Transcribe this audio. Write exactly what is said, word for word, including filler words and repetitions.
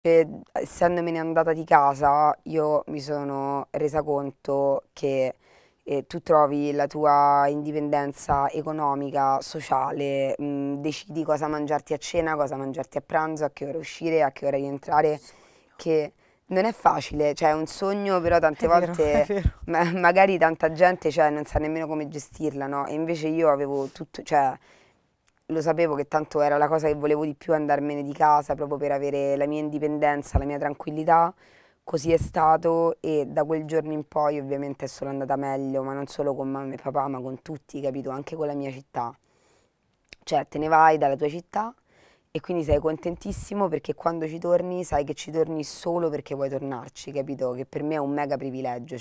E, essendomene andata di casa, io mi sono resa conto che eh, tu trovi la tua indipendenza economica, sociale, mh, decidi cosa mangiarti a cena, cosa mangiarti a pranzo, a che ora uscire, a che ora rientrare, che non è facile, cioè è un sogno, però tante È vero, è volte vero. ma- magari tanta gente, cioè, non sa nemmeno come gestirla, no? E invece io avevo tutto, cioè, lo sapevo che tanto era la cosa che volevo di più, andarmene di casa proprio per avere la mia indipendenza, la mia tranquillità. Così è stato e da quel giorno in poi ovviamente è solo andata meglio, ma non solo con mamma e papà, ma con tutti, capito? Anche con la mia città. Cioè, te ne vai dalla tua città e quindi sei contentissimo perché quando ci torni sai che ci torni solo perché vuoi tornarci, capito? Che per me è un mega privilegio.